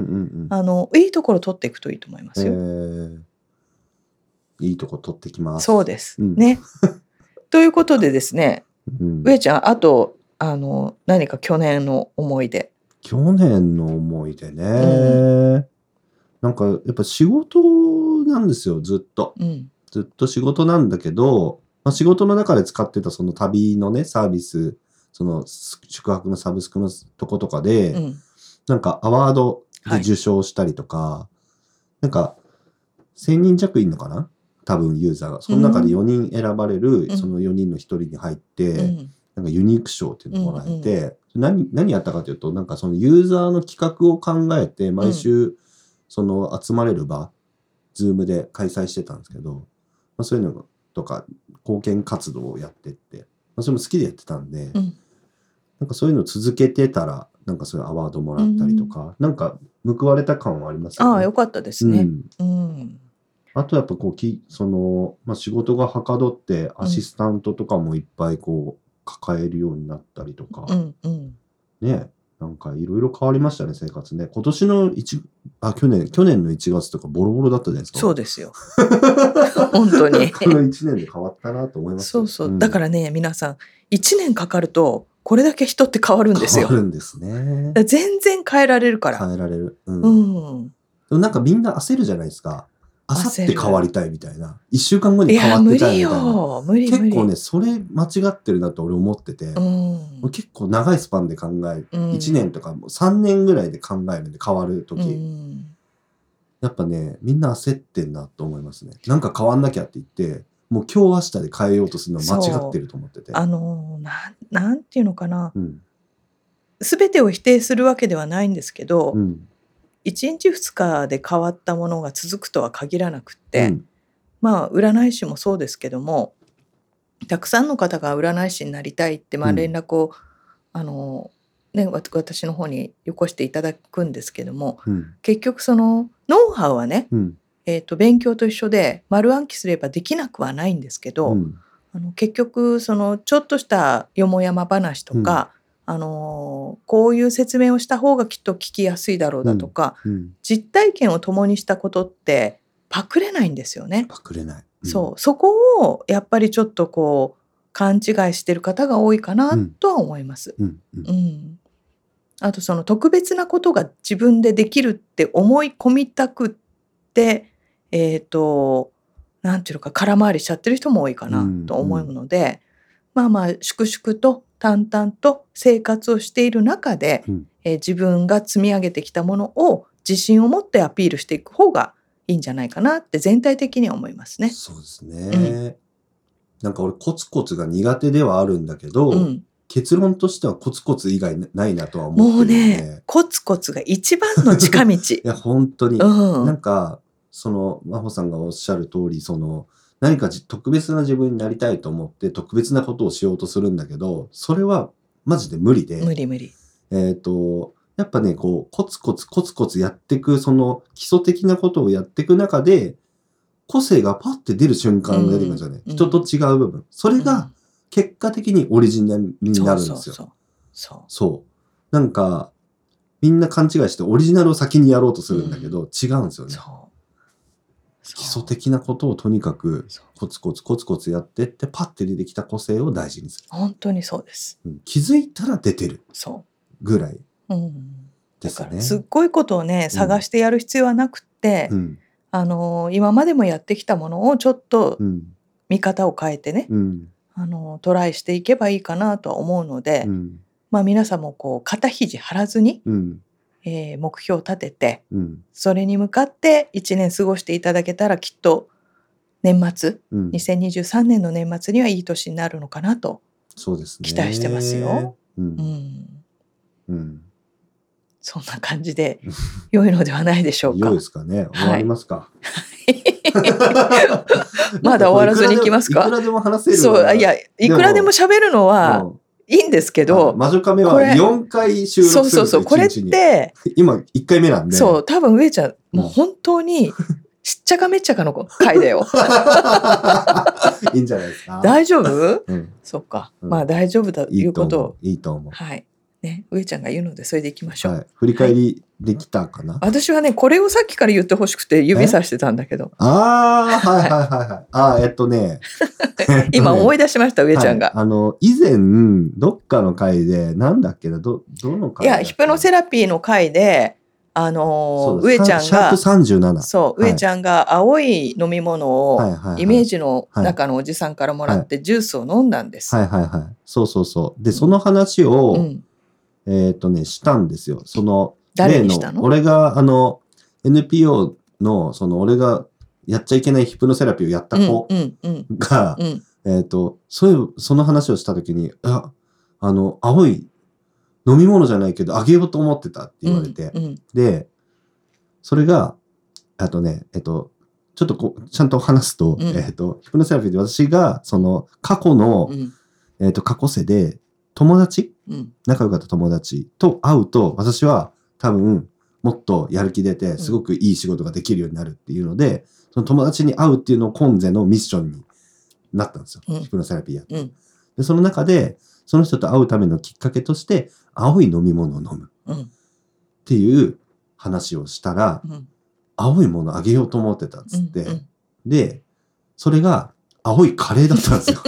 あのいいところ取っていくといいと思いますよ。えー、 いいとこ取ってきます。 そうです、うん、ねということでですね、うん、上ちゃんあとあの何か去年の思い出。 去年の思い出ね、うん、なんかやっぱ仕事なんですよずっと、うん、ずっと仕事なんだけど、まあ、仕事の中で使ってたその旅のねサービスその宿泊のサブスクのとことかで、うん、なんかアワードで受賞したりとか、はい、なんかせんにん弱いんのかな多分ユーザーがその中でよにん選ばれる、うん、そのよにんのひとりに入って、うん、なんかユニーク賞っていうのをもらえて、うんうん、何, 何やったかというとなんかそのユーザーの企画を考えて毎週その集まれる場、ズームで開催してたんですけど、まあ、そういうのとか貢献活動をやってって、まあ、それも好きでやってたんで、うん、なんかそういうのを続けてたらなんかそういうアワードもらったりとか、うん、なんか報われた感はありますよね。 ああよかったですね。うんうんあとやっぱこうきその、まあ、仕事がはかどってアシスタントとかもいっぱいこう抱えるようになったりとか、うんうん、 ね、なんかいろいろ変わりましたね、生活ね。今年の1、あ、去年、去年のいちがつとかボロボロだったじゃないですか。 そうですよ。本当に。 このいちねんで変わったなと思います。 そうそう。うん、だからね、皆さん、いちねんかかると、これだけ人って変わるんですよ。 変わるんですね。 全然変えられるから。 変えられる。うん。 うん、 でもなんかみんな焦るじゃないですか。あさって変わりたいみたいな。いっしゅうかんごに変わってたいみたいな。いや、無理よ。無理無理。結構ね、それ間違ってるなって俺思ってて、うん、結構長いスパンで考える。うん、いちねんとかさんねんぐらいで考えるんで変わるとき、うん。やっぱね、みんな焦ってんなと思いますね。なんか変わんなきゃって言って、もう今日明日で変えようとするのは間違ってると思ってて。 あのな、なんていうのかな。すべ、うん、てを否定するわけではないんですけど、うん、いちにちふつかで変わったものが続くとは限らなくって、うん、まあ占い師もそうですけども、たくさんの方が占い師になりたいって、まあ、連絡を、うん、あのね、私の方によこしていただくんですけども、うん、結局そのノウハウはね、うん、えーと、勉強と一緒で丸暗記すればできなくはないんですけど、うん、あの結局そのちょっとしたよもやま話とか、うん、あのこういう説明をした方がきっと聞きやすいだろうだとか、うんうん、実体験を共にしたことってパクれないんですよね。 パクれない、 うん、そうそこをやっぱりちょっとこう勘違いしてる方が多いかなとは思います。うんうんうん、あとその特別なことが自分でできるって思い込みたくって、えーと、なんていうのか空回りしちゃってる人も多いかなと思うので、うんうん、まあまあ粛々と淡々と生活をしている中で、うん、えー、自分が積み上げてきたものを自信を持ってアピールしていく方がいいんじゃないかなって全体的には思いますね。 そうですね。うん、なんか俺コツコツが苦手ではあるんだけど、うん、結論としてはコツコツ以外ないなとは思ってるので。もうね、 コツコツが一番の近道。いや、本当に。うん、なんか、その、真帆さんがおっしゃる通り、その、何か特別な自分になりたいと思って特別なことをしようとするんだけど、それはマジで無理で。 無理無理。 えっと、やっぱね、こう、コツコツコツコツやっていく、その基礎的なことをやっていく中で、個性がパッて出る瞬間が出てくるんですよね。うん、人と違う部分。それが結果的にオリジナルになるんですよ。そうそうそう。そう。そう。なんか、みんな勘違いしてオリジナルを先にやろうとするんだけど、うん、違うんですよね。そう基礎的なことをとにかくコツコツコツコツやってってパッて出てきた個性を大事にする。 本当にそうです。 うん、気づいたら出てるぐらいですね。 だからすっごいことをね探してやる必要はなくって、うん、あの今までもやってきたものをちょっと見方を変えてね、うん、あのトライしていけばいいかなとは思うので、うん、まあ皆さんもこう肩肘張らずに、うんえー、目標を立てて、うん、それに向かっていちねん過ごしていただけたらきっと年末、うん、にせんにじゅうさんねんの年末にはいい年になるのかなと期待してますよ。うんうんうん、そんな感じで良いのではないでしょうか。 良いですかね。終わりますか。 はい、まだ終わらずに行きますか。 いくらでも話せる。 そういやいくらでも喋るのは、うんいいんですけど、 魔女カメはよんかい収録するんですよ。そうそうそう、 これって、 今いっかいめなんで。 そう、多分上ちゃん、もう本当に、しっちゃかめっちゃかの回だよ。 いいんじゃないですか。 大丈夫？うん、そっか。うん、まあ大丈夫だということを。 いいと思う。 はい。ね、上ちゃんが言うので、それでいきましょう。はい、 振り返りできたかな、はい、 私はね、これをさっきから言ってほしくて指さしてたんだけど。 ああ、はいはいはいはい。ああ、えっとね。 今思い出しました、上ちゃんが。 はい、あの、以前、どっかの回で、なんだっけな、ど、どの回いや、ヒプノセラピーの回で、あのー、上ちゃんが、 シャープさんじゅうなな。 そう、はい、上ちゃんが青い飲み物を、イメージの中のおじさんからもらってジュースを飲んだんです。 はいはいはい。そうそうそう。で、その話を、うん、えっとね、したんですよ。その、 誰にしたの？ 俺が、あの、エヌピーオー の、その、俺がやっちゃいけないヒプノセラピーをやった子が、えっと、そういう、その話をしたときに、あ、あの、青い飲み物じゃないけど、あげようと思ってたって言われて、うんうん、で、それが、あとね、えっと、ちょっとこう、ちゃんと話すと、うん、えっと、ヒプノセラピーで私が、その、過去の、うん、えっと、過去世で、友達、うん、仲良かった友達と会うと、私は多分もっとやる気出て、すごくいい仕事ができるようになるっていうので、うん、その友達に会うっていうのを今世のミッションになったんですよ。うん、ヒプノセラピーやって。うん、 でその中でその人と会うためのきっかけとして青い飲み物を飲むっていう話をしたら、うん、青いものあげようと思ってたっつって、うんうん、でそれが青いカレーだったんですよ、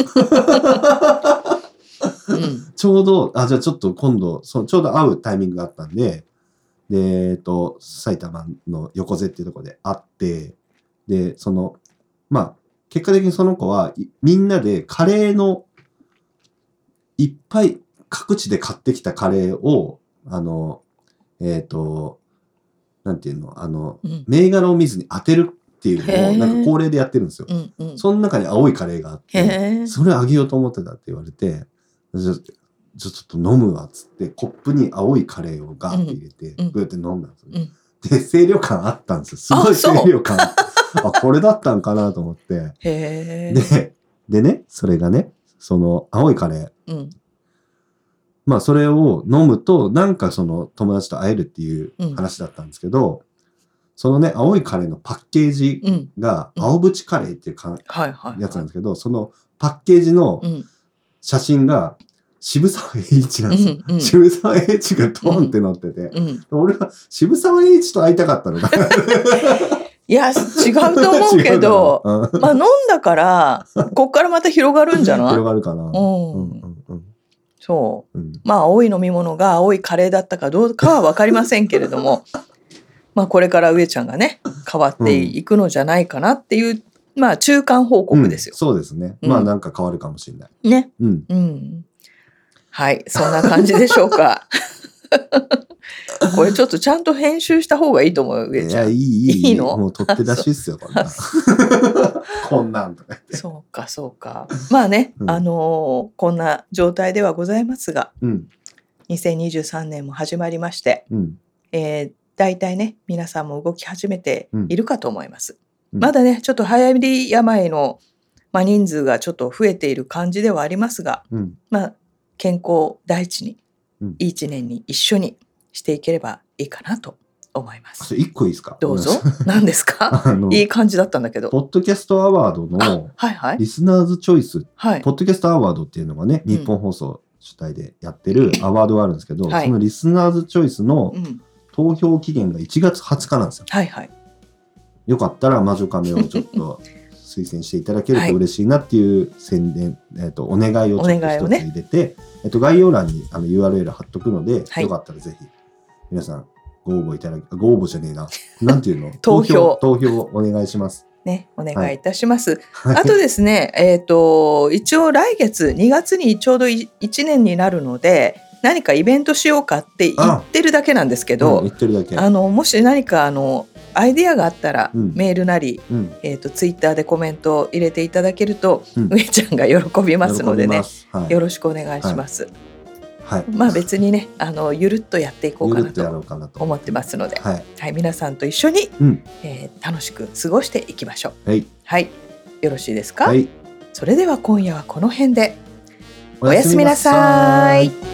うん、ちょうどあじゃあちょっと今度そちょうど会うタイミングがあったんで、でえっと埼玉の横瀬っていうところで会って、でそのまあ結果的にその子はみんなでカレーのいっぱい各地で買ってきたカレーをあのえっとなんていうのあの、うん、銘柄を見ずに当てるっていうのをなんか恒例でやってるんですよ、うんうん、その中に青いカレーがあってそれあげようと思ってたって言われて、じゃちょっと飲むわっつってコップに青いカレーをガーって入れて、うん、こうやって飲んだんですよ、うん、で清涼感あったんですよ、すごい清涼感 あ, あこれだったんかなと思ってへででねそれがねその青いカレー、うん、まあそれを飲むとなんかその友達と会えるっていう話だったんですけど、うん、そのね青いカレーのパッケージが青縁カレーっていうか、うん、やつなんですけど、そのパッケージの写真が渋沢栄一なんですよ、うんうん、渋沢栄一がドンって載ってて、うんうん、俺は渋沢栄一と会いたかったのかいや違うと思うけどうん、まあ飲んだからこっからまた広がるんじゃない？ 広がるかな、うんうんうん、そう、うん、まあ青い飲み物が青いカレーだったかどうかは分かりませんけれどもまあこれから上ちゃんがね変わっていくのじゃないかなっていう、うん、まあ中間報告ですよ、 うん、そうですね、うん、まあなんか変わるかもしれないね、うんうん、はいそんな感じでしょうかこれちょっとちゃんと編集した方がいいと思う、上ちゃん。 いや、いい、いい。 いいの？ もう取って出しっすよ、こんなん。こんなんとか言って。 そうか、そうか。まあね、うん、あのー、こんな状態ではございますが、うん、にせんにじゅうさんねんも始まりまして、うん、えー、大体ね、皆さんも動き始めているかと思います。うん、まだね、ちょっと流行り病の、まあ、人数がちょっと増えている感じではありますが、うん、まあ、健康第一に、いい一年に一緒にしていければいいかなと思います。 一個いいですか？ どうぞ。何ですか？いい感じだったんだけど。 ポッドキャストアワードのリスナーズチョイス、はいはい、ポッドキャストアワードっていうのがね、日本放送主体でやってるアワードがあるんですけど、うん、そのリスナーズチョイスの投票期限がいちがつはつかなんですよ。はいはい、よかったら魔女カメをちょっと推薦していただけると嬉しいなっていう宣伝、はい、えーと、お願いをちょっと一つ入れて、ね、えーと、概要欄にあの ユーアールエル 貼っとくので、はい、よかったらぜひ皆さんご応募いただき、ご応募じゃねえな。なんていうの？投票。投票お願いします。 ね、お願いいたします。はい、あとですね、えっと、一応来月にがつにちょうどいちねんになるので、何かイベントしようかって言ってるだけなんですけど、 うん、言ってるだけ。 あの、もし何かあの、アイデアがあったら、うん、メールなり、うん、えっと、ツイッターでコメントを入れていただけると、うん、上ちゃんが喜びますのでね、はい、よろしくお願いします。はいはい、まあ別にねあのゆるっとやっていこうかなと思ってますので、はいはい、皆さんと一緒に、うんえー、楽しく過ごしていきましょう。はい、はい、よろしいですか？はい、それでは今夜はこの辺でおやすみなさい。